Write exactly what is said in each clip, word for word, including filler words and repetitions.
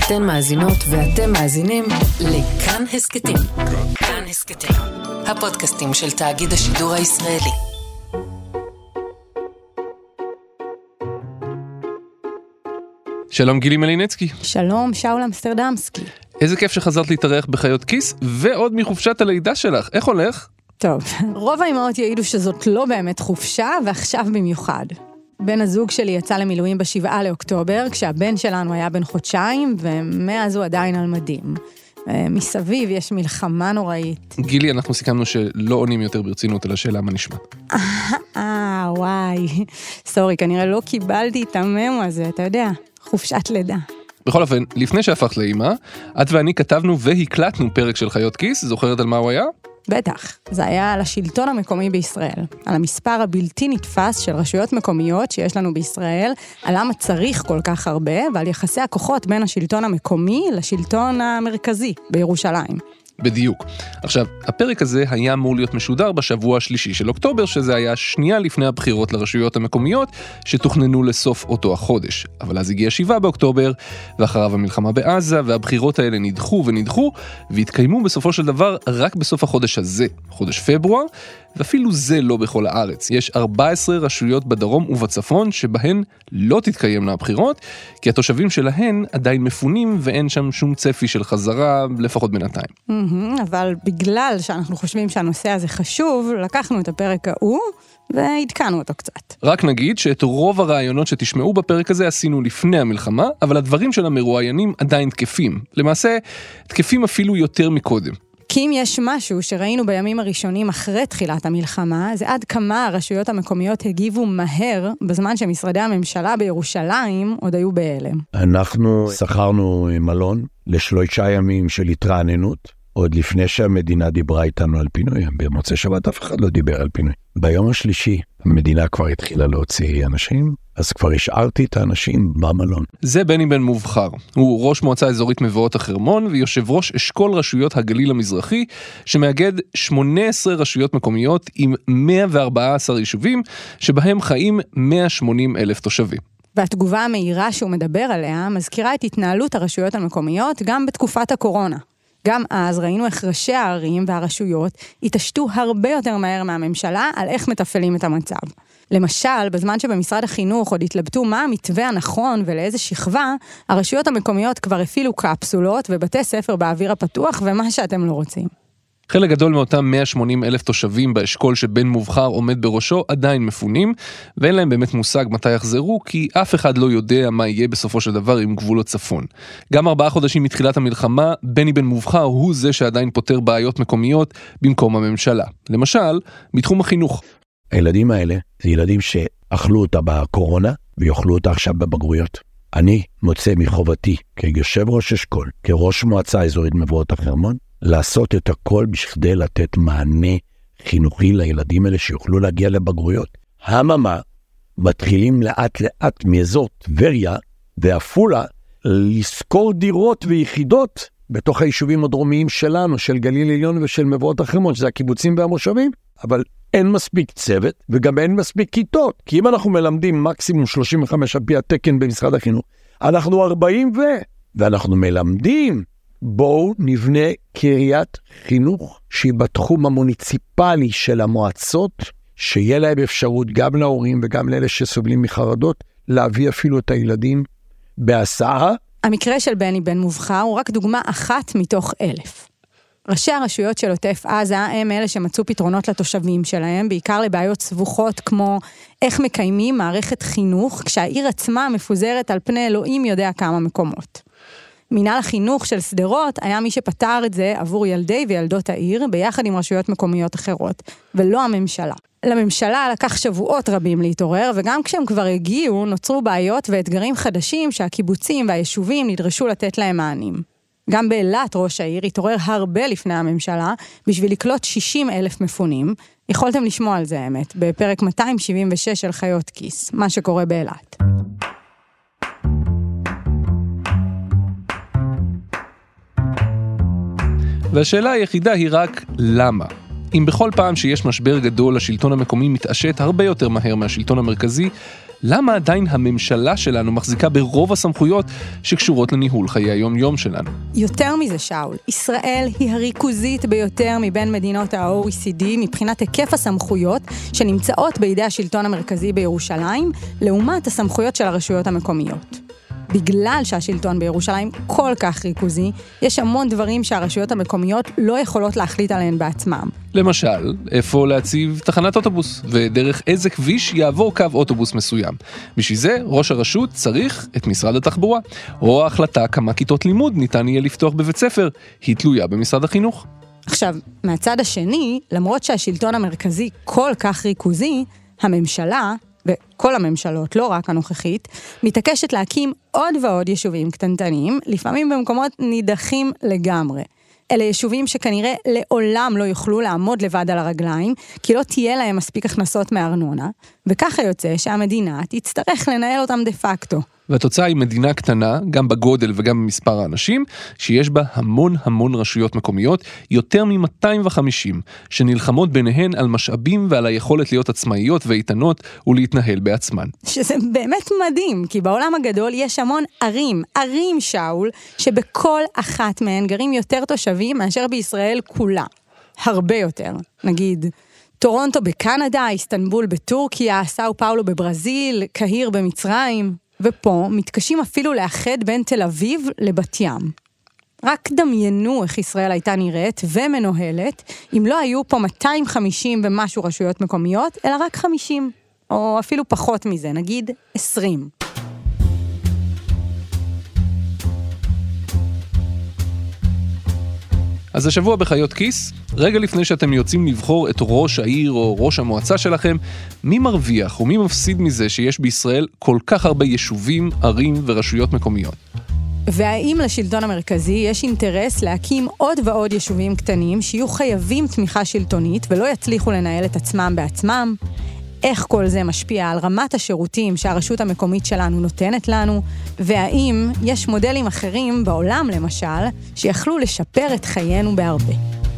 אתן מאזינות ואתם מאזינים לכאן הסקטים. כאן הסקטים, הפודקאסטים של תאגיד השידור הישראלי. שלום גילי מלינצקי. שלום שאול אמסטרדמסקי. איזה כיף שחזרת להתארח בחיות כיס, ועוד מחופשת הלידה שלך. איך הולך? טוב, רוב האימהות יעידו שזאת לא באמת חופשה, ועכשיו במיוחד. בן הזוג שלי יצא למילואים בשבעה לאוקטובר, כשהבן שלנו היה בן חודשיים, ומאז הוא עדיין על מדים. מסביב יש מלחמה נוראית. גילי, אנחנו סיכמנו שלא עונים יותר ברצינות על השאלה מה נשמע. אה, וואי. סורי, כנראה לא קיבלתי את הממו הזה, אתה יודע, חופשת לידה. בכל אופן, לפני שהפכת לאמא, את ואני כתבנו והקלטנו פרק של חיות כיס, זוכרת על מה הוא היה? בטח, זה היה על השלטון המקומי בישראל, על המספר הבלתי נתפס של רשויות מקומיות שיש לנו בישראל, על למה צריך כל כך הרבה, ועל יחסי הכוחות בין השלטון המקומי לשלטון המרכזי בירושלים. בדיוק. עכשיו, הפרק הזה היה אמור להיות משודר בשבוע השלישי של אוקטובר, שזה היה שנייה לפני הבחירות לרשויות המקומיות, שתוכננו לסוף אותו החודש. אבל אז הגיע שבעה באוקטובר, ואחריו המלחמה בעזה, והבחירות האלה נדחו ונדחו, והתקיימו בסופו של דבר רק בסוף החודש הזה, חודש פברואר, ואפילו זה לא בכל הארץ. יש ארבע עשרה רשויות בדרום ובצפון שבהן לא תתקיימנה הבחירות, כי התושבים שלהן עדיין מפונים ואין שם שום צפי של חזרה, לפחות בינתיים. אבל בגלל שאנחנו חושבים שהנושא הזה חשוב, לקחנו את הפרק ההוא והתקנו אותו קצת. רק נגיד שאת רוב הרעיונות שתשמעו בפרק הזה עשינו לפני המלחמה, אבל הדברים של המרואיינים עדיין תקפים. למעשה, תקפים אפילו יותר מקודם. כי אם יש משהו שראינו בימים הראשונים אחרי תחילת המלחמה, זה עד כמה הרשויות המקומיות הגיבו מהר, בזמן שמשרדי הממשלה בירושלים עוד היו בהלם. אנחנו שכרנו מלון לשלושה ימים של התרעננות, עוד לפני שהמדינה דיברה איתנו על פינוי. במוצאי שבת אף אחד לא דיבר על פינוי. ביום השלישי המדינה כבר התחילה להוציא אנשים, אז כבר השארתי את האנשים במלון. זה בני בן מובחר. הוא ראש מועצה אזורית מבואות החרמון, ויושב ראש אשכול רשויות הגליל המזרחי, שמאגד שמונה עשרה רשויות מקומיות עם מאה וארבעה עשר יישובים, שבהם חיים מאה ושמונים אלף תושבים. והתגובה המהירה שהוא מדבר עליה, מזכירה את התנהלות הרשויות המקומיות גם בתקופת הקורונה. גם אז ראינו איך ראשי הערים והרשויות התעשתו הרבה יותר מהר מהממשלה על איך מתפעלים את המצב. למשל, בזמן שבמשרד החינוך עוד התלבטו מה המתווה הנכון ולאיזה שכבה, הרשויות המקומיות כבר הפעילו קפסולות ובתי ספר באוויר הפתוח ומה שאתם לא רוצים. חלק גדול מאותם מאה ושמונים אלף תושבים באשכול שבן מובחר עומד בראשו עדיין מפונים, ואין להם באמת מושג מתי יחזרו, כי אף אחד לא יודע מה יהיה בסופו של דבר עם גבול הצפון. גם ארבעה חודשים מתחילת המלחמה, בני בן מובחר הוא זה שעדיין פותר בעיות מקומיות במקום הממשלה. למשל, בתחום החינוך. הילדים האלה זה ילדים שאכלו אותה בקורונה, ויאכלו אותה עכשיו בבגרויות. אני מוצא מחובתי, כיושב ראש אשכול, כראש מועצה אזורית מבואות החרמון, לעשות את הכל בכדי לתת מענה חינוכי לילדים האלה שיוכלו להגיע לבגרויות. הממה מתחילים לאט לאט מאזור טבריה ואפולה לזכור דירות ויחידות בתוך היישובים הדרומיים שלנו, של גליל עליון ושל מבואות החרמון, שזה הקיבוצים והמושבים, אבל אין מספיק צוות וגם אין מספיק כיתות, כי אם אנחנו מלמדים מקסימום שלושים וחמש על פי התקן במשרד החינוך, אנחנו ארבעים ו... ואנחנו מלמדים, בואו נבנה קריית חינוך שהיא בתחום המוניציפלי של המועצות, שיהיה להם אפשרות גם להורים וגם לאלה שסובלים מחרדות, להביא אפילו את הילדים בהסעה. המקרה של בני בן מובחר הוא רק דוגמה אחת מתוך אלף. ראשי הרשויות של עוטף עזה הם אלה שמצאו פתרונות לתושבים שלהם, בעיקר לבעיות סבוכות כמו איך מקיימים מערכת חינוך, כשהעיר עצמה מפוזרת על פני אלוהים יודע כמה מקומות. מינהל החינוך של סדרות היה מי שפתר את זה עבור ילדי וילדות העיר, ביחד עם רשויות מקומיות אחרות, ולא הממשלה. לממשלה לקח שבועות רבים להתעורר, וגם כשהם כבר הגיעו, נוצרו בעיות ואתגרים חדשים שהקיבוצים והיישובים נדרשו לתת להם מענים. גם באילת ראש העיר התעורר הרבה לפני הממשלה, בשביל לקלוט שישים אלף מפונים. יכולתם לשמוע על זה האמת, בפרק מאתיים שבעים ושש של חיות כיס, מה שקורה באילת. והשאלה היחידה היא רק למה. אם בכל פעם שיש משבר גדול, השלטון המקומי מתעשת הרבה יותר מהר מהשלטון המרכזי, למה עדיין הממשלה שלנו מחזיקה ברוב הסמכויות שקשורות לניהול חיי היום-יום שלנו? יותר מזה, שאול, ישראל היא הריכוזית ביותר מבין מדינות ה-או אי סי די מבחינת היקף הסמכויות שנמצאות בידי השלטון המרכזי בירושלים, לעומת הסמכויות של הרשויות המקומיות. בגלל שהשלטון בירושלים כל כך ריכוזי, יש המון דברים שהרשויות המקומיות לא יכולות להחליט עליהן בעצמם. למשל, איפה להציב תחנת אוטובוס, ודרך איזה כביש יעבור קו אוטובוס מסוים. בשביל זה, ראש הרשות צריך את משרד התחבורה, או ההחלטה כמה כיתות לימוד ניתן יהיה לפתוח בבית ספר, היא תלויה במשרד החינוך. עכשיו, מהצד השני, למרות שהשלטון המרכזי כל כך ריכוזי, הממשלה, וכל הממשלות, לא רק הנוכחית, מתעקשת להקים עוד ועוד יישובים קטנטנים, לפעמים במקומות נידחים לגמרי. אלה יישובים שכנראה לעולם לא יוכלו לעמוד לבד על הרגליים, כי לא תהיה להם מספיק הכנסות מארנונה, וככה יוצא שהמדינה תצטרך לנהל אותם דה פקטו. והתוצאה היא מדינה קטנה, גם בגודל וגם במספר האנשים, שיש בה המון המון רשויות מקומיות, יותר מ-מאתיים וחמישים, שנלחמות ביניהן על משאבים ועל היכולת להיות עצמאיות ואיתנות ולהתנהל בעצמן. שזה באמת מדהים, כי בעולם הגדול יש המון ערים, ערים שאול, שבכל אחת מהן גרים יותר תושבים מאשר בישראל כולה. הרבה יותר, נגיד טורונטו בקנדה, איסטנבול בטורקיה, סאו פאולו בברזיל, קהיר במצרים. ופה מתקשים אפילו לאחד בין תל אביב לבת ים. רק דמיינו איך ישראל הייתה נראית ומנוהלת, אם לא היו פה מאתיים וחמישים ומשהו רשויות מקומיות, אלא רק חמישים, או אפילו פחות מזה, נגיד עשרים. אז השבוע בחיות כיס, רגע לפני שאתם יוצאים לבחור את ראש העיר או ראש המועצה שלכם, מי מרוויח ומי מפסיד מזה שיש בישראל כל כך הרבה יישובים, ערים ורשויות מקומיות? והאם לשלטון המרכזי יש אינטרס להקים עוד ועוד יישובים קטנים שיהיו חייבים תמיכה שלטונית ולא יצליחו לנהל את עצמם בעצמם? איך כל זה משפיע על רמת השירותים שהרשות המקומית שלנו נותנת לנו, והאם יש מודלים אחרים בעולם למשל, שיכלו לשפר את חיינו בהרבה.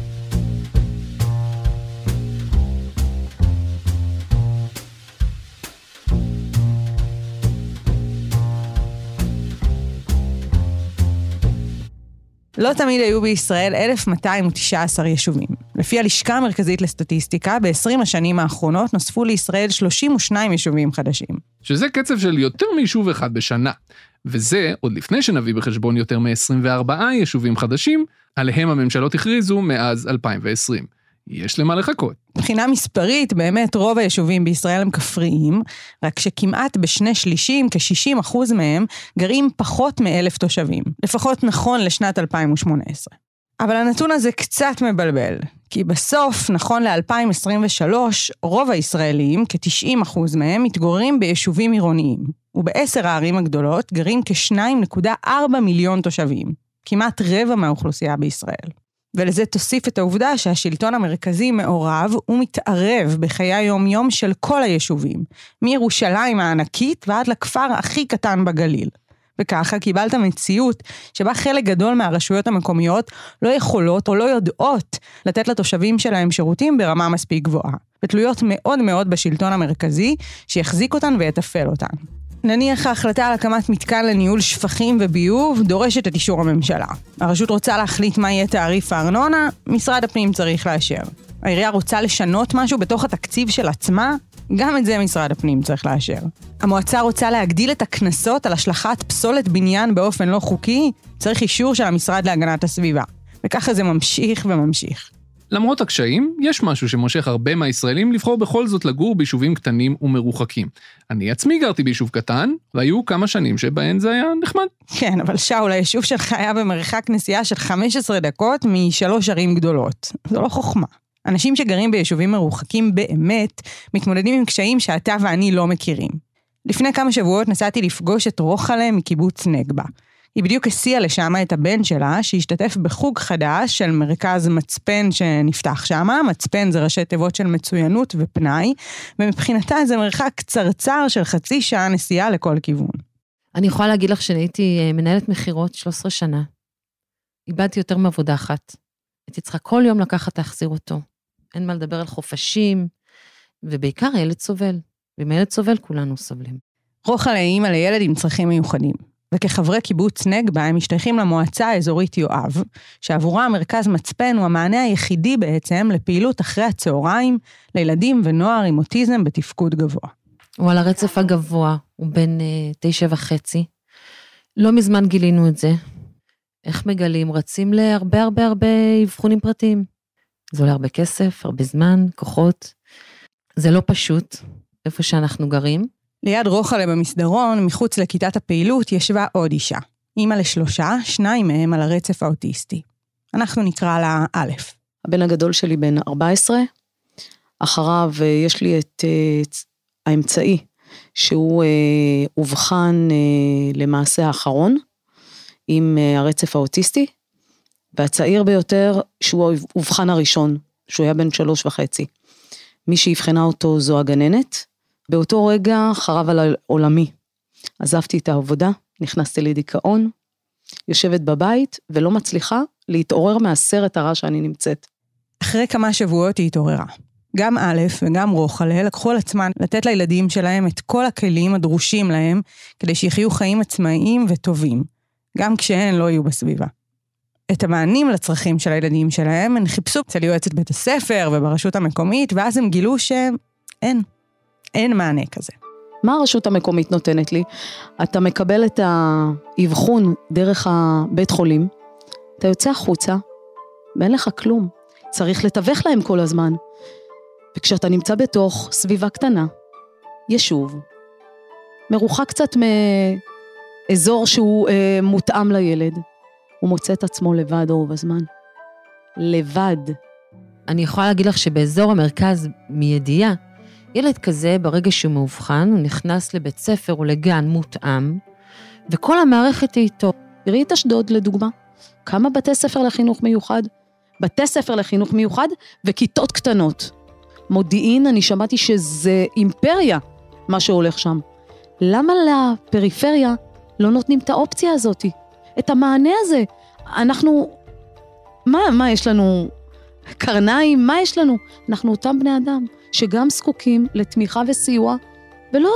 לא תמיד היו בישראל אלף מאתיים ותשע עשרה יישובים. לפי הלשכה המרכזית לסטטיסטיקה, ב-עשרים השנים האחרונות נוספו לישראל שלושים ושניים יישובים חדשים. שזה קצב של יותר מיישוב אחד בשנה. וזה עוד לפני שנביא בחשבון יותר מ-עשרים וארבעה יישובים חדשים, עליהם הממשלות הכריזו מאז אלפיים ועשרים. יש למה לחכות. מבחינה מספרית, באמת רוב היישובים בישראל הם כפריים, רק שכמעט בשני שלישים, כ-שישים אחוז מהם, גרים פחות מאלף תושבים. לפחות נכון לשנת אלפיים ושמונה עשרה. אבל הנתון הזה קצת מבלבל, כי בסוף, נכון ל-אלפיים עשרים ושלוש, רוב הישראלים, כ-תשעים אחוז מהם, מתגוררים ביישובים עירוניים, ובעשר הערים הגדולות גרים כ-שתיים נקודה ארבע מיליון תושבים, כמעט רבע מהאוכלוסייה בישראל. ולזה תוסיף את העובדה שהשלטון המרכזי מעורב ומתערב בחיי היום-יום של כל היישובים, מירושלים הענקית ועד לכפר הכי קטן בגליל. וככה קיבלת מציאות שבה חלק גדול מהרשויות המקומיות לא יכולות או לא יודעות לתת לתושבים שלהם שירותים ברמה מספיק גבוהה, ותלויות מאוד מאוד בשלטון המרכזי שיחזיק אותן ויתפעל אותן. נניח ההחלטה על הקמת מתקן לניהול שפכים וביוב דורשת את אישור הממשלה. הרשות רוצה להחליט מה יהיה תעריף הארנונה, משרד הפנים צריך לאשר. העירייה רוצה לשנות משהו בתוך התקציב של עצמה, גם את זה משרד הפנים צריך לאשר. המועצה רוצה להגדיל את הכנסות על השלכת פסולת בניין באופן לא חוקי, צריך אישור של המשרד להגנת הסביבה. וככה זה ממשיך וממשיך. למרות הקשיים, יש משהו שמושך הרבה מהישראלים לבחור בכל זאת לגור ביישובים קטנים ומרוחקים. אני עצמי גרתי ביישוב קטן, והיו כמה שנים שבהן זה היה נחמד. כן, אבל שאול, היישוב שלך היה במרחק נסיעה של חמש עשרה דקות משלוש ערים גדולות. זו לא חוכמה. אנשים שגרים ביישובים מרוחקים באמת, מתמודדים עם קשיים שאתה ואני לא מכירים. לפני כמה שבועות נסעתי לפגוש את רוחלה מקיבוץ נגבה. היא בדיוק הסיעה לשם את הבן שלה, שהשתתף בחוג חדש של מרכז מצפן שנפתח שם. מצפן זה ראשי תיבות של מצוינות ופנאי, ומבחינתה זה מרחק קצרצר של חצי שעה נסיעה לכל כיוון. אני יכולה להגיד לך שאני הייתי מנהלת מחירות שלוש עשרה שנה. איבדתי יותר מעבודה אחת. הייתי צריכה כל יום לקחת להחזיר אותו. אין מה לדבר על חופשים, ובעיקר הילד סובל. ועם הילד סובל כולנו סובלים. רוחלה היא אימא לילד עם צרכים מיוחדים, וכחברי קיבוץ נגבה הם משתייכים למועצה האזורית יואב, שעבורה המרכז מצפן הוא המענה היחידי בעצם לפעילות אחרי הצהריים לילדים ונוער עם אוטיזם בתפקוד גבוה. הוא על הרצף הגבוה, הוא בן uh, תשע וחצי. לא מזמן גילינו את זה. איך מגלים? רצים להרבה הרבה הרבה אבחונים פרטיים. זה עולה הרבה כסף, הרבה זמן, כוחות. זה לא פשוט, איפה שאנחנו גרים. ליד רוחלה במסדרון, מחוץ לכיתת הפעילות, ישבה עוד אישה. אימא לשלושה, שניים מהם על הרצף האוטיסטי. אנחנו נקרא לה א'. הבן הגדול שלי בן ארבע עשרה, אחריו יש לי את uh, האמצעי, שהוא uh, הובחן uh, למעשה האחרון, עם uh, הרצף האוטיסטי, והצעיר ביותר שהוא הובחן הראשון, שהוא היה בן שלוש וחצי. מי שהבחנה אותו זו הגננת, באותו רגע חרב על עולמי. עזבתי את העבודה, נכנסתי לדיכאון, יושבת בבית ולא מצליחה להתעורר מהסרט הרע שאני נמצאת. אחרי כמה שבועות היא התעוררה. גם א' וגם רוחלה לקחו על עצמן לתת לילדים שלהם את כל הכלים הדרושים להם, כדי שיחיו חיים עצמאיים וטובים, גם כשהן לא יהיו בסביבה. את המענים לצרכים של הילדים שלהם, הם חיפשו אצל יועצת בית הספר וברשות המקומית, ואז הם גילו שאין, אין מענה כזה. מה הרשות המקומית נותנת לי? אתה מקבל את האבחון דרך הבית חולים, אתה יוצא החוצה, ואין לך כלום. צריך לתווך להם כל הזמן. וכשאתה נמצא בתוך סביבה קטנה, ישוב, מרוחק קצת מאזור שהוא אה, מותאם לילד, הוא מוצא את עצמו לבד רוב הזמן. לבד. אני יכולה להגיד לך שבאזור המרכז מידיעה, ילד כזה ברגע שהוא מאובחן, הוא נכנס לבית ספר או לגן מותאם, וכל המערכת היא איתו. תראי את אשדוד לדוגמה, כמה בתי ספר לחינוך מיוחד? בתי ספר לחינוך מיוחד וכיתות קטנות. מודיעין, אני שמעתי שזה אימפריה, מה שהולך שם. למה לפריפריה לא נותנים את האופציה הזאת? את המענה הזה? אנחנו, מה, מה יש לנו? קרניים, מה יש לנו? אנחנו אותם בני אדם, שגם זקוקים לתמיכה וסיוע, ולא,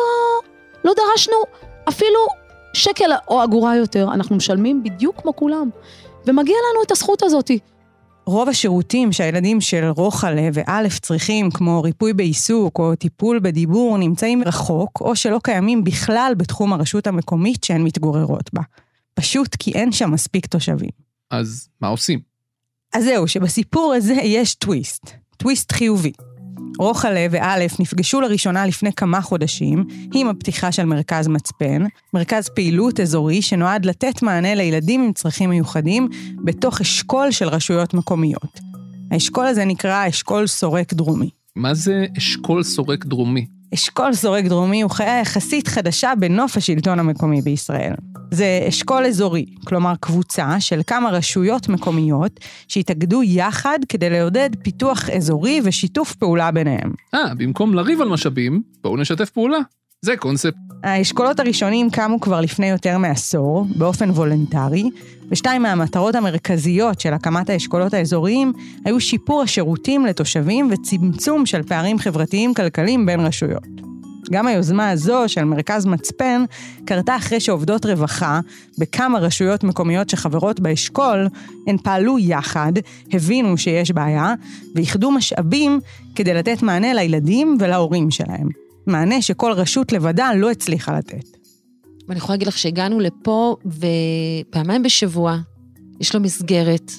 לא דרשנו אפילו שקל או אגורה יותר, אנחנו משלמים בדיוק כמו כולם, ומגיע לנו את הזכות הזאת. רוב השירותים שהילדים של רוחלה ואלף צריכים, כמו ריפוי בעיסוק או טיפול בדיבור, נמצאים רחוק, או שלא קיימים בכלל בתחום הרשות המקומית שהן מתגוררות בה. פשוט כי אין שם מספיק תושבים. אז מה עושים? אז זהו, שבסיפור הזה יש טוויסט, טוויסט חיובי. רוחלה ואלף נפגשו לראשונה לפני כמה חודשים, עם הפתיחה של מרכז מצפן, מרכז פעילות אזורי שנועד לתת מענה לילדים עם צרכים מיוחדים, בתוך אשכול של רשויות מקומיות. האשכול הזה נקרא אשכול סורק דרומי. מה זה אשכול סורק דרומי? אשכול סורק דרומי הוא חיה יחסית חדשה בנוף השלטון המקומי בישראל. זה אשכול אזורי, כלומר קבוצה של כמה רשויות מקומיות שהתאגדו יחד כדי לעודד פיתוח אזורי ושיתוף פעולה ביניהם. אה, במקום לריב על משאבים, בואו נשתף פעולה. זה קונספט. האשכולות הראשונים קמו כבר לפני יותר מעשור, באופן וולנטרי, ושתיים מהמטרות המרכזיות של הקמת האשכולות האזוריים היו שיפור השירותים לתושבים וצמצום של פערים חברתיים כלכליים בין רשויות. גם היוזמה הזו של מרכז מצפן קרתה אחרי שעובדות רווחה בכמה רשויות מקומיות שחברות באשכול, הן פעלו יחד, הבינו שיש בעיה, ויחדו משאבים כדי לתת מענה לילדים ולהורים שלהם. מענה שכל רשות לבדה לא הצליחה לתת. ואני יכולה להגיד לך שהגענו לפה, ופעמיים בשבוע יש לו מסגרת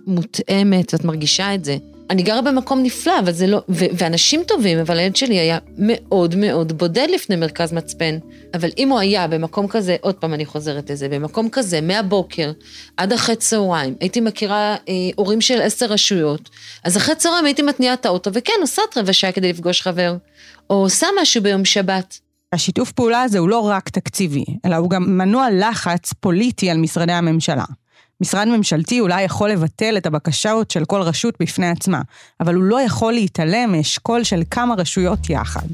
מותאמת, ואת מרגישה את זה. אני גרה במקום נפלא, אבל זה לא, ו- ואנשים טובים, אבל הילד שלי היה מאוד מאוד בודד לפני מרכז מצפן. אבל אם הוא היה במקום כזה, עוד פעם אני חוזרת לזה, במקום כזה, מהבוקר עד אחרי צהריים, הייתי מכירה אה, הורים של עשר רשויות, אז אחרי צהריים הייתי מתניעה את האוטו, וכן, עושה רבע שעה כדי לפגוש חבר, או עושה משהו ביום שבת. השיתוף פעולה הזה הוא לא רק תקציבי, אלא הוא גם מנוע לחץ פוליטי על משרדי הממשלה. משרד ממשלתי אולי יכול לבטל את הבקשות של כל רשות בפני עצמה, אבל הוא לא יכול להתעלם מאשכול של כמה רשויות יחד.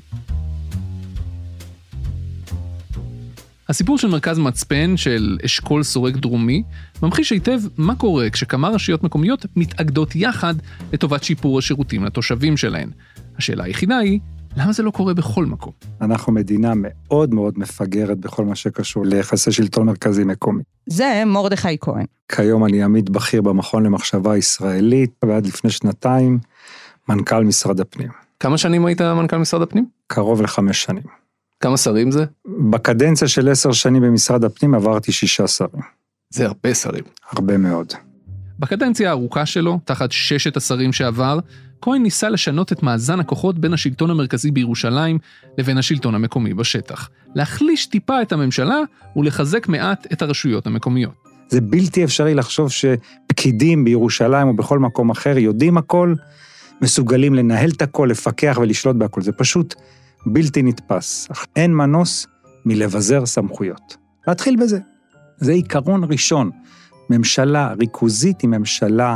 הסיפור של מרכז מצפן של אשכול סורק דרומי ממחיש היטב מה קורה כשכמה רשויות מקומיות מתאגדות יחד לטובת שיפור השירותים לתושבים שלהן. השאלה היחידה היא, למה זה לא קורה בכל מקום? אנחנו מדינה מאוד מאוד מפגרת בכל מה שקשור ליחסי שלטון מרכזי מקומי. זה מרדכי כהן. כיום אני עמית בכיר במכון למחשבה ישראלית, ועד לפני שנתיים מנכ"ל משרד הפנים. כמה שנים היית מנכ"ל משרד הפנים? קרוב לחמש שנים. כמה שרים זה? בקדנציה של עשר שנים במשרד הפנים עברתי שישה שרים. זה הרבה שרים. הרבה מאוד. בקדנציה הארוכה שלו, תחת ששת השרים שעבר, כהן ניסה לשנות את מאזן הכוחות בין השלטון המרכזי בירושלים לבין השלטון המקומי בשטח. להחליש טיפה את הממשלה ולחזק מעט את הרשויות המקומיות. זה בלתי אפשרי לחשוב שפקידים בירושלים או בכל מקום אחר יודעים הכל, מסוגלים לנהל את הכל, לפקח ולשלוט בהכל. זה פשוט בלתי נתפס. אין מנוס מלבזר סמכויות. להתחיל בזה. זה עיקרון ראשון. ממשלה ריכוזית היא ממשלה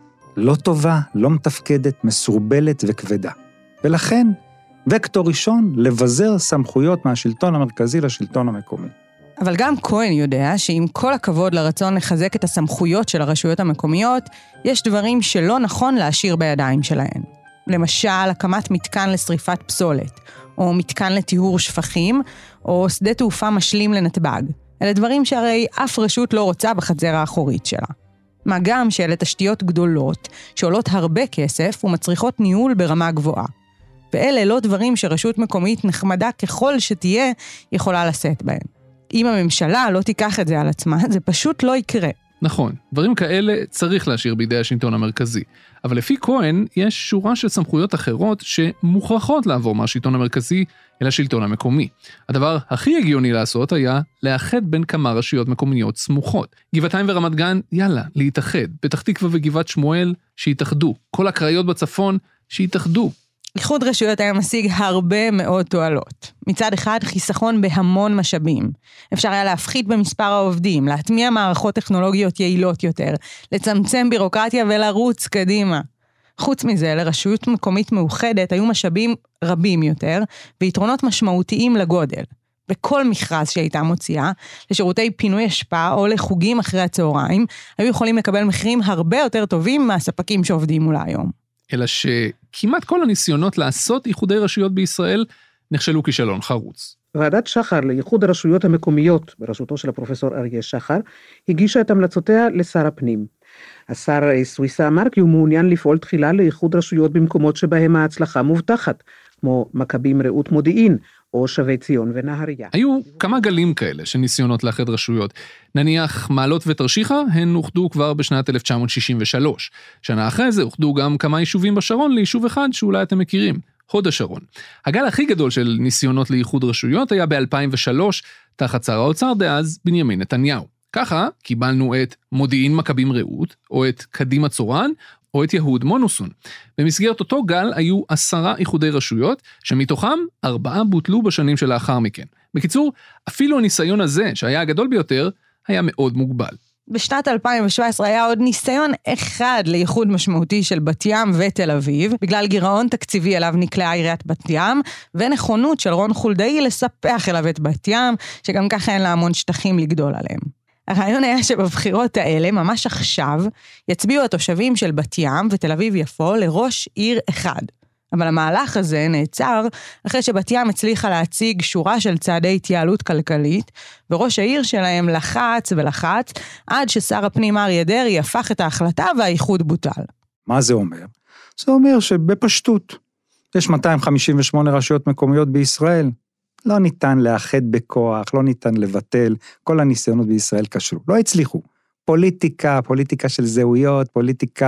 לא טובה, לא מתפקדת, מסורבלת וכבדה. ולכן, וקטור ראשון, לבזר סמכויות מהשלטון המרכזי לשלטון המקומי. אבל גם כהן יודע שעם כל הכבוד לרצון לחזק את הסמכויות של הרשויות המקומיות, יש דברים שלא נכון להשאיר בידיים שלהן. למשל, הקמת מתקן לשריפת פסולת, או מתקן לטיהור שפכים, או שדה תעופה משלים לנתב"ג. אלה דברים שהרי אף רשות לא רוצה בחצר האחורית שלה. מה גם שאלה תשתיות גדולות, שעולות הרבה כסף ומצריכות ניהול ברמה גבוהה. ואלה לא דברים שרשות מקומית נחמדה ככל שתהיה יכולה לשאת בהם. אם הממשלה לא תיקח את זה על עצמה, זה פשוט לא יקרה. נכון, דברים כאלה צריך להשאיר בידי השלטון המרכזי. אבל לפי כהן, יש שורה של סמכויות אחרות שמוכרחות לעבור מהשלטון המרכזי אל השלטון המקומי. הדבר הכי הגיוני לעשות היה לאחד בין כמה רשויות מקומיות סמוכות. גבעתיים ורמת גן, יאללה, להתאחד. פתח תקווה וגבעת שמואל, שיתאחדו. כל הקריות בצפון, שיתאחדו. איחוד רשויות היה משיג הרבה מאוד תועלות. מצד אחד, חיסכון בהמון משאבים. אפשר היה להפחית במספר העובדים, להטמיע מערכות טכנולוגיות יעילות יותר, לצמצם בירוקרטיה ולרוץ קדימה. חוץ מזה, לרשות מקומית מאוחדת היו משאבים רבים יותר, ויתרונות משמעותיים לגודל. בכל מכרז שהייתה מוציאה, לשירותי פינוי השפעה או לחוגים אחרי הצהריים, היו יכולים לקבל מחירים הרבה יותר טובים מהספקים שעובדים מולה היום. אלא שכמעט כל הניסיונות לעשות איחודי רשויות בישראל נכשלו כישלון חרוץ. ועדת שחר לאיחוד הרשויות המקומיות, בראשותו של הפרופסור אריה שחר, הגישה את המלצותיה לשר הפנים. השר סוויסה אמר כי הוא מעוניין לפעול תחילה לאיחוד רשויות במקומות שבהם ההצלחה מובטחת, כמו מכבים רעות מודיעין, או שבי ציון ונהריה. היו כמה גלים כאלה של ניסיונות לאחד רשויות. נניח מעלות ותרשיחא, הן אוחדו כבר בשנת אלף תשע מאות שישים ושלוש. שנה אחרי זה אוחדו גם כמה יישובים בשרון ליישוב אחד שאולי אתם מכירים, הוד השרון. הגל הכי גדול של ניסיונות לאיחוד רשויות היה ב-אלפיים ושלוש, תחת שר האוצר דאז בנימין נתניהו. ככה קיבלנו את מודיעין מכבים רעות, או את קדימה צורן, או את יהוד מונוסון. במסגרת אותו גל היו עשרה איחודי רשויות, שמתוכם ארבעה בוטלו בשנים שלאחר מכן. בקיצור, אפילו הניסיון הזה, שהיה הגדול ביותר, היה מאוד מוגבל. בשנת אלפיים שבע עשרה היה עוד ניסיון אחד לאיחוד משמעותי של בת ים ותל אביב, בגלל גירעון תקציבי אליו נקלעה עיריית בת ים, ונכונות של רון חולדאי לספח אליו את בת ים, שגם ככה אין לה המון שטחים לגדול עליהם. הרעיון היה שבבחירות האלה, ממש עכשיו, יצביעו התושבים של בת ים ותל אביב יפו לראש עיר אחד. אבל המהלך הזה נעצר אחרי שבת ים הצליחה להציג שורה של צעדי התייעלות כלכלית, וראש העיר שלהם לחץ ולחץ, עד ששר הפנים אריה דרעי הפך את ההחלטה והאיחוד בוטל. מה זה אומר? זה אומר שבפשטות, יש מאתיים חמישים ושמונה רשויות מקומיות בישראל, לא ניתן לאחד בכוח, לא ניתן לבטל, כל הניסיונות בישראל כשלו, לא הצליחו. פוליטיקה, פוליטיקה של זהויות, פוליטיקה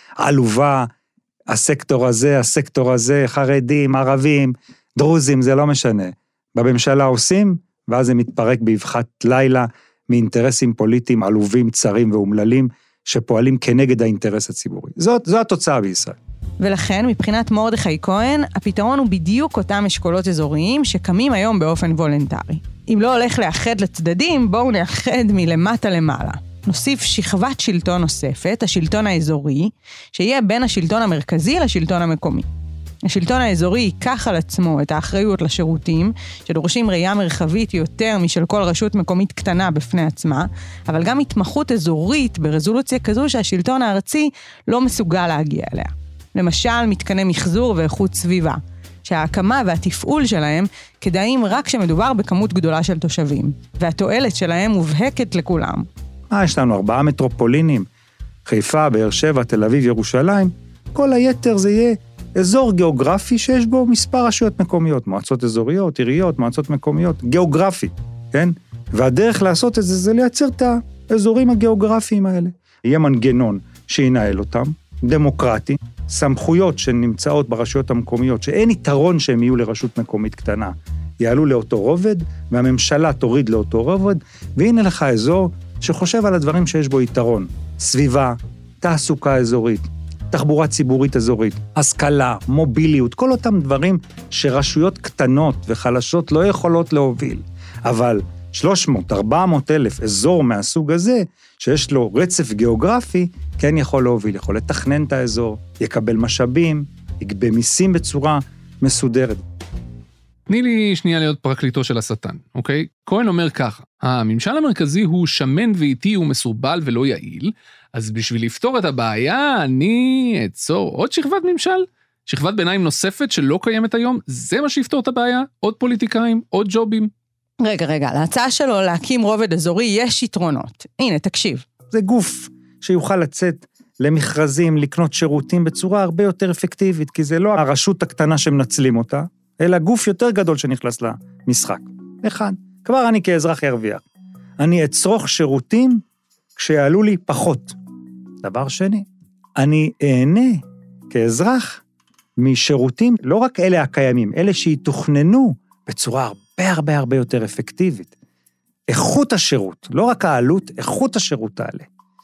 עלובה, הסקטור הזה, הסקטור הזה, חרדים, ערבים, דרוזים, זה לא משנה. בממשלה עושים, ואז זה מתפרק באבחת לילה, מאינטרסים פוליטיים עלובים, צרים ואומללים, שפועלים כנגד האינטרס הציבורי. זאת, זו התוצאה בישראל. ולכן, מבחינת מרדכי כהן, הפתרון הוא בדיוק אותם אשכולות אזוריים שקמים היום באופן וולנטרי. אם לא הולך לאחד לצדדים, בואו נאחד מלמטה למעלה. נוסיף שכבת שלטון נוספת, השלטון האזורי, שיהיה בין השלטון המרכזי לשלטון המקומי. השלטון האזורי ייקח על עצמו את האחריות לשירותים, שדורשים ראייה מרחבית יותר משל כל רשות מקומית קטנה בפני עצמה, אבל גם התמחות אזורית ברזולוציה כזו שהשלטון הארצי לא מסוגל להגיע אליה. למשל, מתקני מחזור ואיכות סביבה. שההקמה והתפעול שלהם כדאיים רק כשמדובר בכמות גדולה של תושבים, והתועלת שלהם מובהקת לכולם. אה, יש לנו ארבעה מטרופולינים, חיפה, באר שבע, תל אביב, ירושלים, כל היתר זה יהיה אזור גיאוגרפי שיש בו מספר רשויות מקומיות, מועצות אזוריות, עיריות, מועצות מקומיות, גיאוגרפי, כן? והדרך לעשות את זה זה לייצר את האזורים הגיאוגרפיים האלה. יהיה מנגנון שינהל אותם, דמוקרטי, סמכויות שנמצאות ברשויות המקומיות, שאין יתרון שהם יהיו לרשות מקומית קטנה, יעלו לאותו רובד, והממשלה תוריד לאותו רובד, והנה לך אזור שחושב על הדברים שיש בו יתרון, סביבה, תעסוקה אזורית, תחבורה ציבורית אזורית, השכלה, מוביליות, כל אותם דברים שרשויות קטנות וחלשות לא יכולות להוביל. אבל שלוש מאות עד ארבע מאות אלף אזור מהסוג הזה, שיש לו רצף גיאוגרפי, כן יכול להוביל, יכול לתכנן את האזור, יקבל משאבים, יגבה מיסים בצורה מסודרת. תני לי שנייה להיות פרקליטו של השטן, אוקיי? כהן אומר ככה, הממשל המרכזי הוא שמן ואיטי ומסורבל ולא יעיל, אז בשביל לפתור את הבעיה, אני אצור עוד שכבת ממשל? שכבת ביניים נוספת שלא קיימת היום? זה מה שיפתור את הבעיה? עוד פוליטיקאים? עוד ג'ובים? רגע, רגע, להצעה שלו להקים רובד אזורי יש יתרונות. הנה, תקשיב. זה גוף שיוכל לצאת למכרזים, לקנות שירותים בצורה הרבה יותר אפקטיבית, כי זה לא הרשות הקטנה שמנצלים אותה, אלא גוף יותר גדול שנכנס למשחק. אחד, כבר אני כאזרח ירוויח. אני אצרוך שירותים כשיעלו לי פחות. דבר שני, אני אהנה כאזרח משירותים, לא רק אלה הקיימים, אלה שיתוכננו בצורה הרבה הרבה הרבה יותר אפקטיבית. איכות השירות, לא רק העלות, איכות השירות תעלה.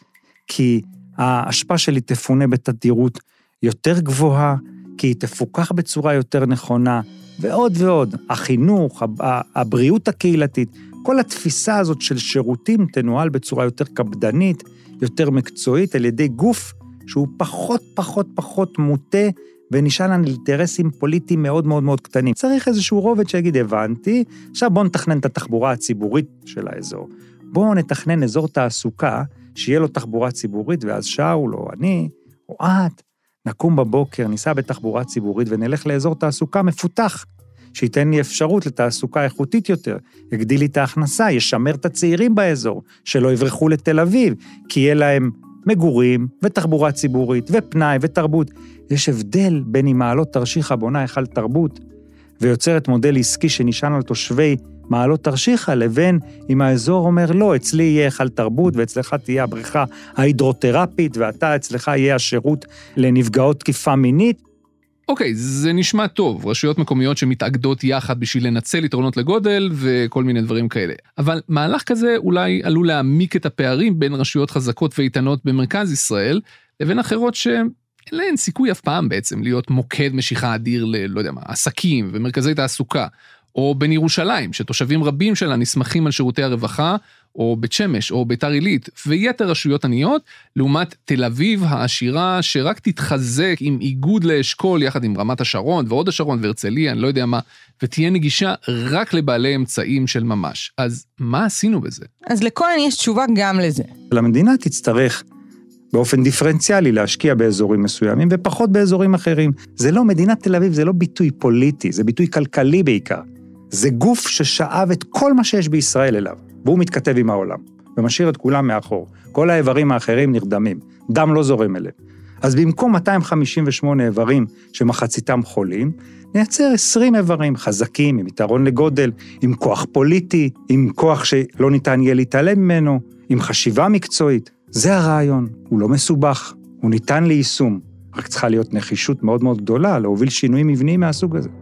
כי ההשפעה שלי תפונה בתדירות יותר גבוהה, כי היא תפוקח בצורה יותר נכונה, ועוד ועוד, החינוך, הבריאות הקהילתית, כל התפיסה הזאת של שירותים תנוהל בצורה יותר קפדנית, יותר מקצועית, על ידי גוף שהוא פחות פחות פחות מוטה, ונשען על אינטרסים פוליטיים מאוד מאוד מאוד קטנים. צריך איזשהו רובד שיגיד, הבנתי, עכשיו בואו נתכנן את התחבורה הציבורית של האזור. בואו נתכנן אזור תעסוקה, שיהיה לו תחבורה ציבורית, ואז שאול או אני, או את, נקום בבוקר, ניסע בתחבורה ציבורית, ונלך לאזור תעסוקה מפותח, שייתן לי אפשרות לתעסוקה איכותית יותר, יגדיל לי את ההכנסה, ישמר את הצעירים באזור, שלא יברחו לתל אביב, כי יהיה להם מגורים ותחבורה ציבורית ופנאי ותרבות. יש הבדל בין אם מעלות תרשיחא בונה היכל תרבות, ויוצרת מודל עסקי שנשען על תושבי מעלות תרשיחא, לבין אם האזור אומר לא, אצלי יהיה היכל תרבות, ואצלך תהיה הבריכה ההידרותרפית, ואתה אצלך יהיה השירות לנפגעות תקיפה מינית. אוקיי, זה נשמע טוב, רשויות מקומיות שמתאגדות יחד בשביל לנצל יתרונות לגודל וכל מיני דברים כאלה. אבל מהלך כזה אולי עלול להעמיק את הפערים בין רשויות חזקות ואיתנות במרכז ישראל, לבין אחרות שאין להן סיכוי אף פעם בעצם להיות מוקד משיכה אדיר ל, לא יודע מה, עסקים ומרכזי תעסוקה, או בין ירושלים, שתושבים רבים שלה נסמכים על שירותי הרווחה, או בית שמש, או ביתר עילית, ויתר רשויות עניות, לעומת תל אביב העשירה, שרק תתחזק עם איגוד לאשכול, יחד עם רמת השרון, ועוד השרון והרצליה, אני לא יודע מה, ותהיה נגישה רק לבעלי אמצעים של ממש. אז מה עשינו בזה? אז לכהן יש תשובה גם לזה. למדינה תצטרך באופן דיפרנציאלי להשקיע באזורים מסוימים, ופחות באזורים אחרים. זה לא, מדינת תל אביב זה לא ביטוי פוליטי, זה ביטוי כלכלי בעיקר. זה גוף ששאב את כל מה שיש בישראל אליו, והוא מתכתב עם העולם, ומשאיר את כולם מאחור. כל האיברים האחרים נרדמים, דם לא זורם אליהם. אז במקום מאתיים חמישים ושמונה איברים שמחציתם חולים, נייצר עשרים איברים חזקים, עם יתרון לגודל, עם כוח פוליטי, עם כוח שלא ניתן יהיה להתעלם ממנו, עם חשיבה מקצועית. זה הרעיון, הוא לא מסובך, הוא ניתן ליישום, רק צריכה להיות נחישות מאוד מאוד גדולה, להוביל שינויים מבניים מהסוג הזה.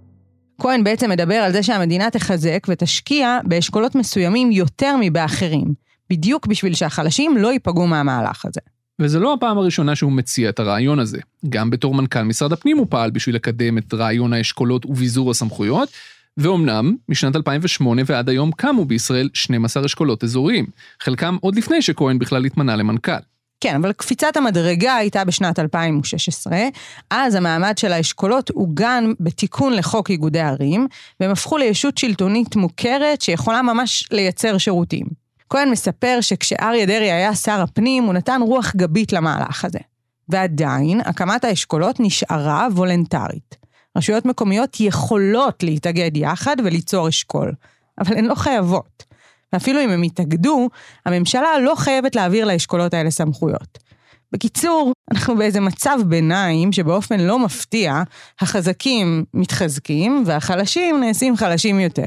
כהן בעצם מדבר על זה שהמדינה תחזק ותשקיע באשכולות מסוימים יותר מבאחרים, בדיוק בשביל שהחלשים לא ייפגעו מהמהלך הזה. וזה לא הפעם הראשונה שהוא מציע את הרעיון הזה. גם בתור מנכ"ל משרד הפנים הוא פעל בשביל לקדם את רעיון האשכולות וביזור הסמכויות, ואומנם משנת אלפיים ושמונה ועד היום קמו בישראל שנים עשר אשכולות אזוריים, חלקם עוד לפני שכהן בכלל התמנה למנכ"ל. כן, אבל קפיצת המדרגה הייתה בשנת אלפיים ושש עשרה, אז המעמד של האשכולות עוגן בתיקון לחוק איגודי ערים, והם הפכו לישות שלטונית מוכרת שיכולה ממש לייצר שירותים. כהן מספר שכשאריה דרעי היה שר הפנים, הוא נתן רוח גבית למהלך הזה. ועדיין, הקמת האשכולות נשארה וולנטרית. רשויות מקומיות יכולות להתאגד יחד וליצור אשכול, אבל הן לא חייבות. ואפילו אם הם יתאגדו, הממשלה לא חייבת להעביר לאשכולות האלה סמכויות. בקיצור, אנחנו באיזה מצב ביניים שבאופן לא מפתיע, החזקים מתחזקים והחלשים נעשים חלשים יותר.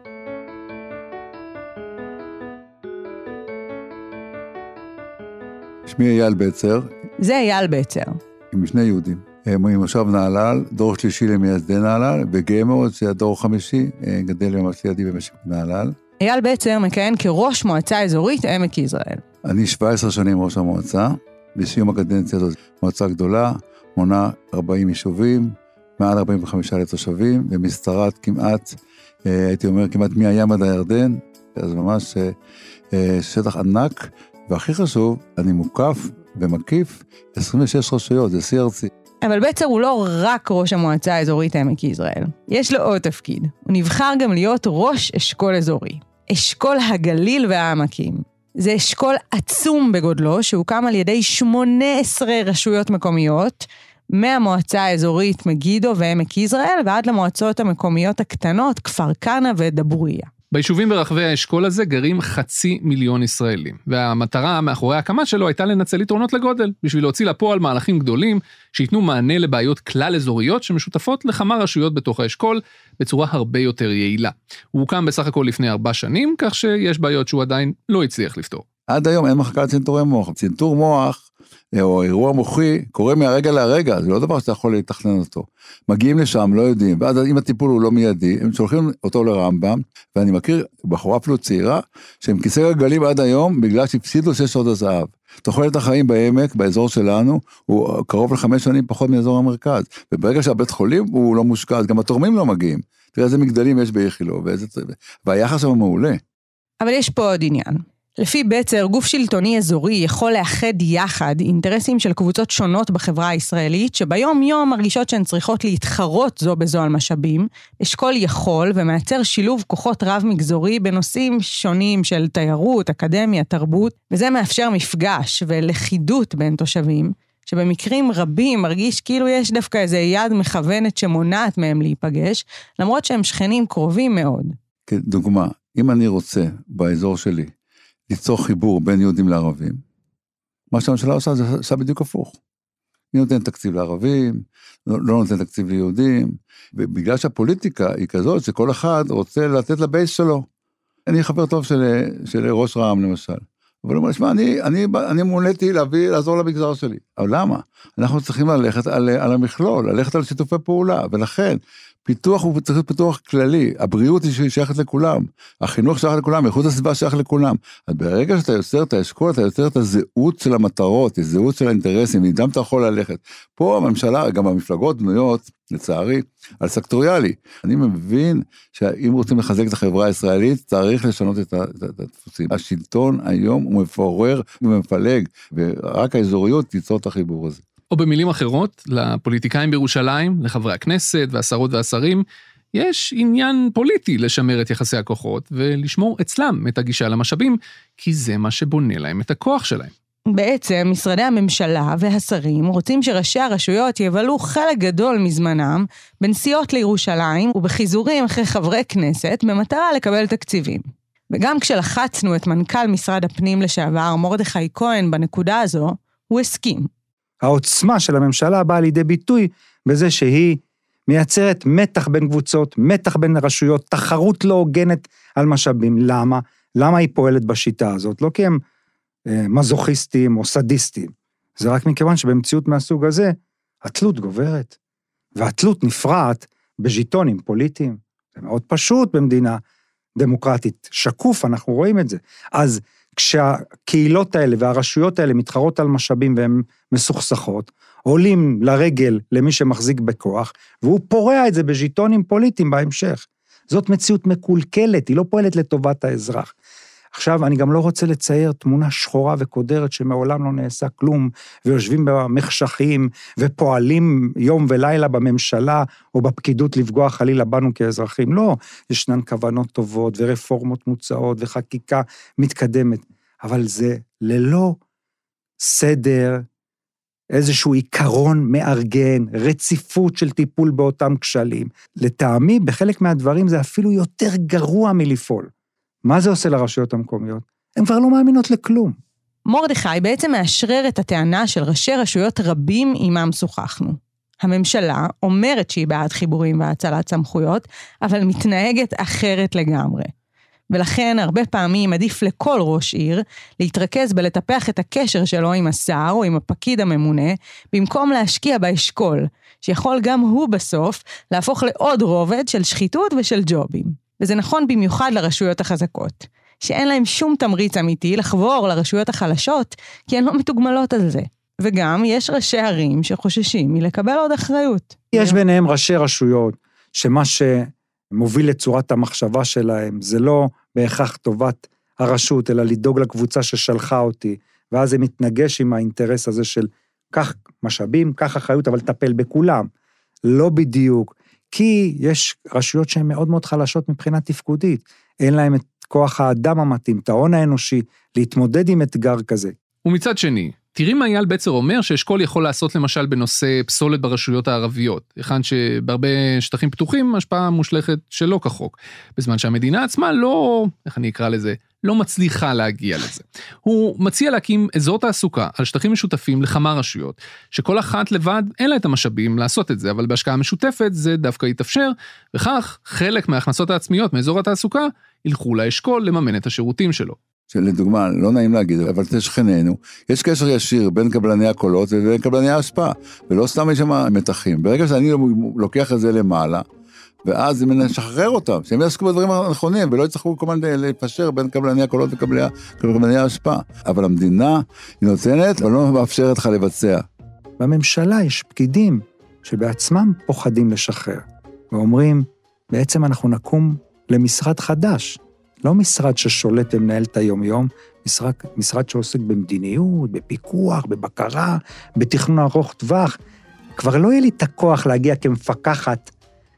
שמי אייל בצר. זה אייל בצר. עם שני יהודים. ממושב נהלל, דור שלישי למייסדי נהלל, וגאה מאוד שהדור החמישי גדל ממש לידי במשק נהלל. אייל בצר מכהן כראש מועצה אזורית עמק יזרעאל. אני שבע עשרה שנים ראש המועצה, בסיום הקדנציה הזאת מועצה גדולה, מונה ארבעים יישובים, מעל ארבעים וחמישה לתושבים, ומשתרעת כמעט, הייתי אומר, כמעט מהים עד הירדן, אז ממש שטח ענק, והכי חשוב, אני מוקף ומקיף עשרים ושש רשויות, זה שיא ארצי. אבל בצר הוא לא רק ראש המועצה האזורית עמק יזרעאל. יש לו עוד תפקיד. הוא נבחר גם להיות ראש אשכול אזורי. אשכול הגליל והעמקים. זה אשכול עצום בגודלו, שהוקם על ידי שמונה עשרה רשויות מקומיות, מהמועצה האזורית מגידו ועמק יזרעאל, ועד למועצות המקומיות הקטנות, כפר כנא ודבוריה. ביישובים ברחבי האשכול הזה גרים חצי מיליון ישראלים, והמטרה מאחורי ההקמה שלו הייתה לנצל יתרונות לגודל, בשביל להוציא לפועל מהלכים גדולים, שיתנו מענה לבעיות כלל אזוריות שמשותפות לכמה רשויות בתוך האשכול, בצורה הרבה יותר יעילה. הוא הוקם בסך הכל לפני ארבע שנים, כך שיש בעיות שהוא עדיין לא הצליח לפתור. עד היום אין מחלקה לצנתורי מוח. צנתור מוח, או אירוע מוחי, קורה מהרגע להרגע, זה לא דבר שאתה יכול להתכנן אותו. מגיעים לשם, לא יודעים, ואז אם הטיפול הוא לא מיידי, הם שולחים אותו לרמב"ם, ואני מכיר בחורה אפילו צעירה, שהם כיסא גלגלים עד היום, בגלל שהפסידו שש שעות הזהב. תוחלת החיים בעמק, באזור שלנו, הוא קרוב לחמש שנים פחות מאזור המרכז, וברגע שהבית חולים הוא לא מושקע, אז גם התורמים לא מגיעים. תראה איזה מגדלים יש ביחילו, והיחס שם מעולה. אבל יש פה עוד עניין. לפי בצר, גוף שלטוני אזורי יכול לאחד יחד אינטרסים של קבוצות שונות בחברה הישראלית, שביום יום מרגישות שהן צריכות להתחרות זו בזו על משאבים. אשכול יכול ומייצר שילוב כוחות רב מגזורי בנושאים שונים של תיירות, אקדמיה, תרבות, וזה מאפשר מפגש ולכידות בין תושבים, שבמקרים רבים מרגיש כאילו יש דווקא איזה יד מכוונת שמונעת מהם להיפגש, למרות שהם שכנים קרובים מאוד. כדוגמה, אם אני רוצה באזור שלי, ליצור חיבור בין יהודים לערבים, מה שהממשלה עושה, זה עושה בדיוק הפוך. היא נותנת תקציב לערבים, לא, לא נותנת תקציב ליהודים, ובגלל שהפוליטיקה היא כזאת, שכל אחד רוצה לתת לבייס שלו. אני חבר טוב של, של ראש רע"מ למשל, אבל הוא אומר, שמע, אני, אני, אני מוניתי להביא, לעזור למגזר שלי. אבל למה? אנחנו צריכים ללכת על, על המכלול, ללכת על שיתופי פעולה, ולכן, פיתוח הוא צריך להיות פיתוח כללי, הבריאות היא שייכת לכולם, החינוך שייך לכולם, איכות הסביבה שייך לכולם. אז ברגע שאתה יוצר את האשכול, אתה יוצר את הזהות של המטרות, הזהות של האינטרסים, ואיתם אתה יכול ללכת. פה הממשלה, גם המפלגות בנויות, לצערי, על סקטוריאלי. אני מבין שאם רוצים לחזק את החברה הישראלית, צריך לשנות את הדפוסים. השלטון היום הוא מפורר ומפלג, ורק האזוריות תיצור את החיבור הזה. או במילים אחרות, לפוליטיקאים בירושלים, לחברי הכנסת והשרות והשרים, יש עניין פוליטי לשמר את יחסי הכוחות, ולשמור אצלם את הגישה למשאבים, כי זה מה שבונה להם את הכוח שלהם. בעצם משרדי הממשלה והשרים רוצים שראשי הרשויות יבלו חלק גדול מזמנם, בנסיעות לירושלים ובחיזורים אחרי חברי כנסת, במטרה לקבל תקציבים. וגם כשלחצנו את מנכ"ל משרד הפנים לשעבר, מרדכי כהן, בנקודה הזו, הוא הסכים. העוצמה של הממשלה באה לידי ביטוי בזה שהיא מייצרת מתח בין קבוצות, מתח בין רשויות, תחרות לא הוגנת על משאבים. למה? למה היא פועלת בשיטה הזאת? לא כי הם אה, מזוכיסטים או סדיסטים. זה רק מכיוון שבמציאות מהסוג הזה, התלות גוברת. והתלות נפרעת בז'יטונים פוליטיים. זה מאוד פשוט במדינה דמוקרטית. שקוף, אנחנו רואים את זה. אז כשהקהילות האלה והרשויות האלה מתחרות על משאבים והן מסוכסכות, עולים לרגל למי שמחזיק בכוח, והוא פורע את זה בז'יטונים פוליטיים בהמשך. זאת מציאות מקולקלת, היא לא פועלת לטובת האזרח. עכשיו, אני גם לא רוצה לצייר תמונה שחורה וקודרת שמעולם לא נעשה כלום, ויושבים במחשכים ופועלים יום ולילה בממשלה או בפקידות לפגוע חלילה בנו כאזרחים. לא, ישנן כוונות טובות ורפורמות מוצאות וחקיקה מתקדמת, אבל זה ללא סדר איזשהו עיקרון מארגן, רציפות של טיפול באותם כשלים. לטעמי, בחלק מהדברים זה אפילו יותר גרוע מלפעול. מה זה עושה לרשויות המקומיות? הן כבר לא מאמינות לכלום. מרדכי בעצם מאשרר את הטענה של ראשי רשויות רבים עימם שוחחנו. הממשלה אומרת שהיא בעד חיבורים והצלת סמכויות, אבל מתנהגת אחרת לגמרי. ולכן הרבה פעמים עדיף לכל ראש עיר להתרכז בלטפח את הקשר שלו עם השר או עם הפקיד הממונה, במקום להשקיע באשכול, שיכול גם הוא בסוף להפוך לעוד רובד של שחיתות ושל ג'ובים. וזה נכון במיוחד לרשויות החזקות, שאין להם שום תמריץ אמיתי לחבור לרשויות החלשות, כי הן לא מתוגמלות על זה. וגם יש ראשי ערים שחוששים מלקבל עוד אחריות. יש ביניהם ראשי רשויות, שמה שמוביל לצורת המחשבה שלהם, זה לא בהכרח טובת הרשות, אלא לדאוג לקבוצה ששלחה אותי, ואז זה מתנגש עם האינטרס הזה של כך משאבים, כך אחריות, אבל טפל בכולם. לא בדיוק, כי יש רשויות שהן מאוד מאוד חלשות מבחינה תפקודית, אין להם את כוח האדם המתאים, את ההון האנושי, להתמודד עם אתגר כזה. ומצד שני, תראי מה אייל בצר אומר שאשכול יכול לעשות למשל בנושא פסולת ברשויות הערביות, היכן שבהרבה שטחים פתוחים השפעה מושלכת שלא כחוק, בזמן שהמדינה עצמה לא, איך אני אקרא לזה, לא מצליחה להגיע לזה. הוא מציע להקים אזור תעסוקה על שטחים משותפים לכמה רשויות, שכל אחת לבד אין לה את המשאבים לעשות את זה, אבל בהשקעה משותפת זה דווקא יתאפשר, וכך חלק מההכנסות העצמיות מאזור התעסוקה ילכו לאשכול לממן את השירותים שלו. שלדוגמה, לא נעים להגיד, אבל תשכננו, יש קשר ישיר בין קבלני הקולות ובין קבלני ההשפעה, ולא סתם יש שם מתחים. ברגע שאני לוקח את זה למעלה, ואז זה משחרר אותם, שהם יעסקו בדברים הנכונים, ולא יצטרכו כל הזמן לפשר בין קבלני הקולות וקבלני ההשפעה. אבל המדינה היא נותנת, אבל לא מאפשרת לך לבצע. בממשלה יש פקידים שבעצמם פוחדים לשחרר, ואומרים, בעצם אנחנו נקום למשרד חדש, לא משרד ששולט ומנהל את היום-יום, משרד, משרד שעוסק במדיניות, בפיקוח, בבקרה, בתכנון ארוך טווח. כבר לא יהיה לי את הכוח להגיע כמפקחת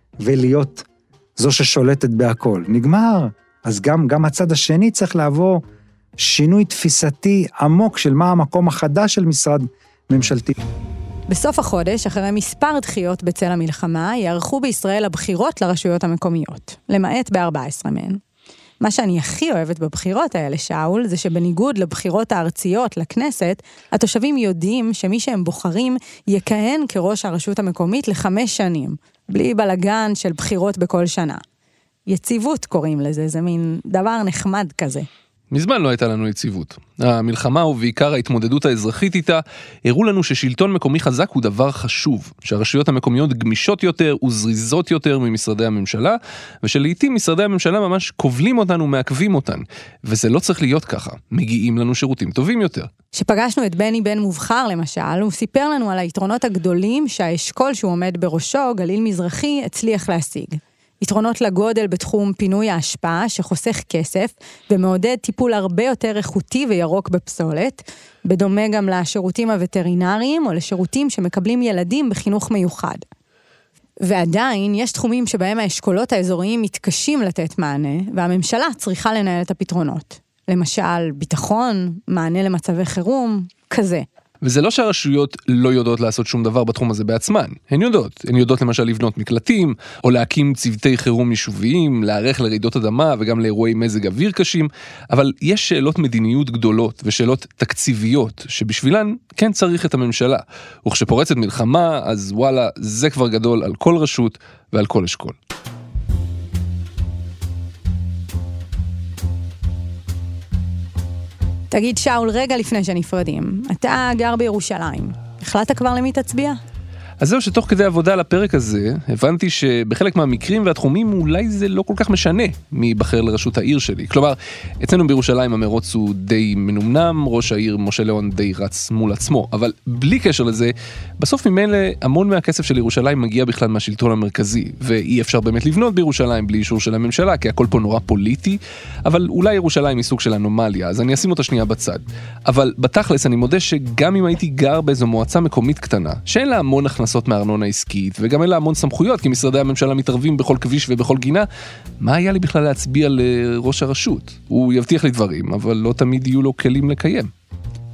ולהיות זו ששולטת בהכל. נגמר. אז גם, גם הצד השני צריך לעבור שינוי תפיסתי עמוק של מה המקום החדש של משרד ממשלתי. בסוף החודש, אחרי מספר דחיות בצל המלחמה, יערכו בישראל הבחירות לרשויות המקומיות, למעט ב-ארבע עשרה מהן. מה שאני הכי אוהבת בבחירות האלה, שאול, זה שבניגוד לבחירות הארציות לכנסת, התושבים יודעים שמי שהם בוחרים יכהן כראש הרשות המקומית לחמש שנים, בלי בלגן של בחירות בכל שנה. יציבות קוראים לזה, זה מין דבר נחמד כזה. מזמן לא הייתה לנו יציבות. המלחמה ובעיקר ההתמודדות האזרחית איתה, הראו לנו ששלטון מקומי חזק הוא דבר חשוב, שהרשויות המקומיות גמישות יותר וזריזות יותר ממשרדי הממשלה, ושלעיתים משרדי הממשלה ממש כובלים אותנו ומעכבים אותן, וזה לא צריך להיות ככה, מגיעים לנו שירותים טובים יותר. שפגשנו את בני בן מובחר למשל, הוא סיפר לנו על היתרונות הגדולים שהאשכול שהוא עומד בראשו, גליל מזרחי, הצליח להשיג. יתרונות לגודל בתחום פינוי ההשפעה שחוסך כסף ומעודד טיפול הרבה יותר איכותי וירוק בפסולת, בדומה גם לשירותים הווטרינריים או לשירותים שמקבלים ילדים בחינוך מיוחד. ועדיין יש תחומים שבהם האשכולות האזוריים מתקשים לתת מענה, והממשלה צריכה לנהל את הפתרונות. למשל, ביטחון, מענה למצבי חירום, כזה. וזה לא שהרשויות לא יודעות לעשות שום דבר בתחום הזה בעצמן. הן יודעות. הן יודעות למשל לבנות מקלטים, או להקים צוותי חירום יישוביים, להיערך לרעידות אדמה וגם לאירועי מזג אוויר קשים, אבל יש שאלות מדיניות גדולות ושאלות תקציביות, שבשבילן כן צריך את הממשלה. וכשפורצת מלחמה, אז וואלה, זה כבר גדול על כל רשות ועל כל אשכול. תגיד שאול, רגע לפני שנפרדים, אתה גר בירושלים, החלטת כבר למי תצביע? אז זהו שתוך כדי עבודה על הפרק הזה, הבנתי שבחלק מהמקרים והתחומים אולי זה לא כל כך משנה מי בחר לראשות העיר שלי. כלומר, אצלנו בירושלים המרוץ הוא די מנומנם, ראש העיר משה ליאון די רץ מול עצמו, אבל בלי קשר לזה, בסוף ממילא המון מהכסף של ירושלים מגיע בכלל מהשלטון המרכזי, ואי אפשר באמת לבנות בירושלים בלי אישור של הממשלה, כי הכל פה נורא פוליטי, אבל אולי ירושלים היא סוג של אנומליה, אז אני אשים אותה שנייה בצד. אבל בתכלס אני מודה שגם אם הייתי גר באיזו מועצה מקומית קטנה, שאין לה המון הכנסות מארנונה עסקית, וגם אין לה המון סמכויות, כי משרדי הממשלה מתערבים בכל כביש ובכל גינה, מה היה לי בכלל להצביע לראש הרשות? הוא יבטיח לי דברים, אבל לא תמיד יהיו לו כלים לקיים.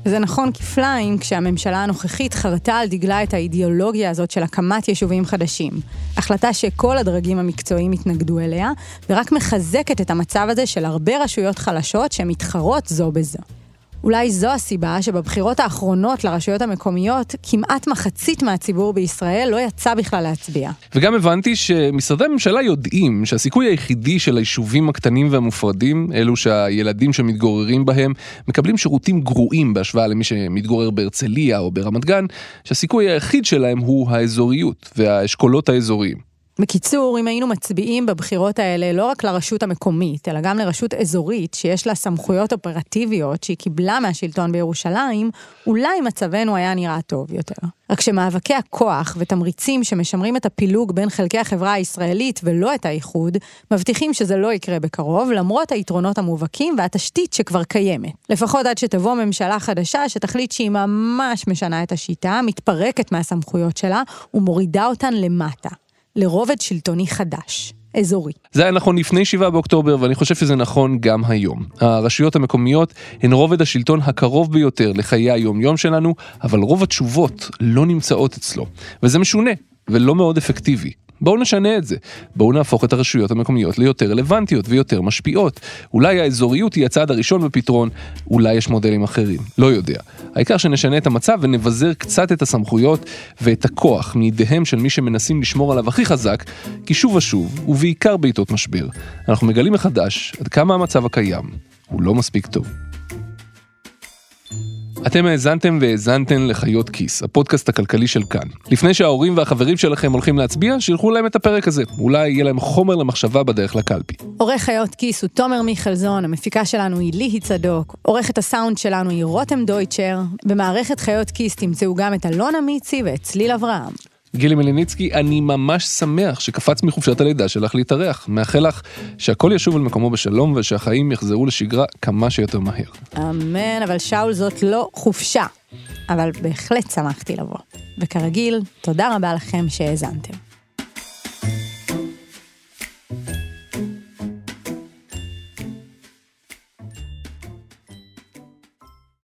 זה נכון כפליים כשהממשלה הנוכחית חרתה על דגלה את האידיאולוגיה הזאת של הקמת יישובים חדשים. החלטה שכל הדרגים המקצועיים התנגדו אליה, ורק מחזקת את המצב הזה של הרבה רשויות חלשות שמתחרות זו בזו. אולי זו הסיבה שבבחירות האחרונות לרשויות המקומיות, כמעט מחצית מהציבור בישראל לא יצא בכלל להצביע. וגם הבנתי שמשרדי הממשלה יודעים שהסיכוי היחידי של היישובים הקטנים והמופרדים, אלו שהילדים שמתגוררים בהם, מקבלים שירותים גרועים בהשוואה למי שמתגורר בהרצליה או ברמת גן, שהסיכוי היחיד שלהם הוא האזוריות והאשכולות האזוריים. בקיצור, אם היינו מצביעים בבחירות האלה לא רק לרשות המקומית, אלא גם לרשות אזורית שיש לה סמכויות אופרטיביות שהיא קיבלה מהשלטון בירושלים, אולי מצבנו היה נראה טוב יותר. רק שמאבקי הכוח ותמריצים שמשמרים את הפילוג בין חלקי החברה הישראלית ולא את האיחוד, מבטיחים שזה לא יקרה בקרוב, למרות היתרונות המובהקים והתשתית שכבר קיימת. לפחות עד שתבוא ממשלה חדשה שתחליט שהיא ממש משנה את השיטה, מתפרקת מהסמכויות שלה ומורידה אותן למטה. לרובד שלטוני חדש, אזורי. זה היה נכון לפני שבעה באוקטובר, ואני חושב שזה נכון גם היום. הרשויות המקומיות הן רובד השלטון הקרוב ביותר לחיי היום-יום שלנו, אבל רוב התשובות לא נמצאות אצלו. וזה משונה, ולא מאוד אפקטיבי. בואו נשנה את זה. בואו נהפוך את הרשויות המקומיות ליותר רלוונטיות ויותר משפיעות. אולי האזוריות היא הצעד הראשון בפתרון, אולי יש מודלים אחרים. לא יודע. העיקר שנשנה את המצב ונבזר קצת את הסמכויות ואת הכוח מידיהם של מי שמנסים לשמור עליו הכי חזק, כי שוב ושוב, ובעיקר בעיתות משבר, אנחנו מגלים מחדש עד כמה המצב הקיים הוא לא מספיק טוב. אתם האזנתם והאזנתן לחיות כיס, הפודקאסט הכלכלי של כאן. לפני שההורים והחברים שלכם הולכים להצביע, שילחו להם את הפרק הזה. אולי יהיה להם חומר למחשבה בדרך לקלפי. עורך חיות כיס הוא תומר מיכלזון, המפיקה שלנו היא ליהי צדוק, עורכת הסאונד שלנו היא רותם דויטשר, במערכת חיות כיס תמצאו גם את אלונה מיצי ואת צליל אברהם. גילי מליניצקי, אני ממש שמח שקפץ מחופשת הלידה שלך להתארח. מאחל לך שהכל ישוב על מקומו בשלום ושהחיים יחזרו לשגרה כמה שיותר מהר. אמן, אבל שאול זאת לא חופשה. אבל בהחלט שמחתי לבוא. וכרגיל, תודה רבה לכם שהאזנתם.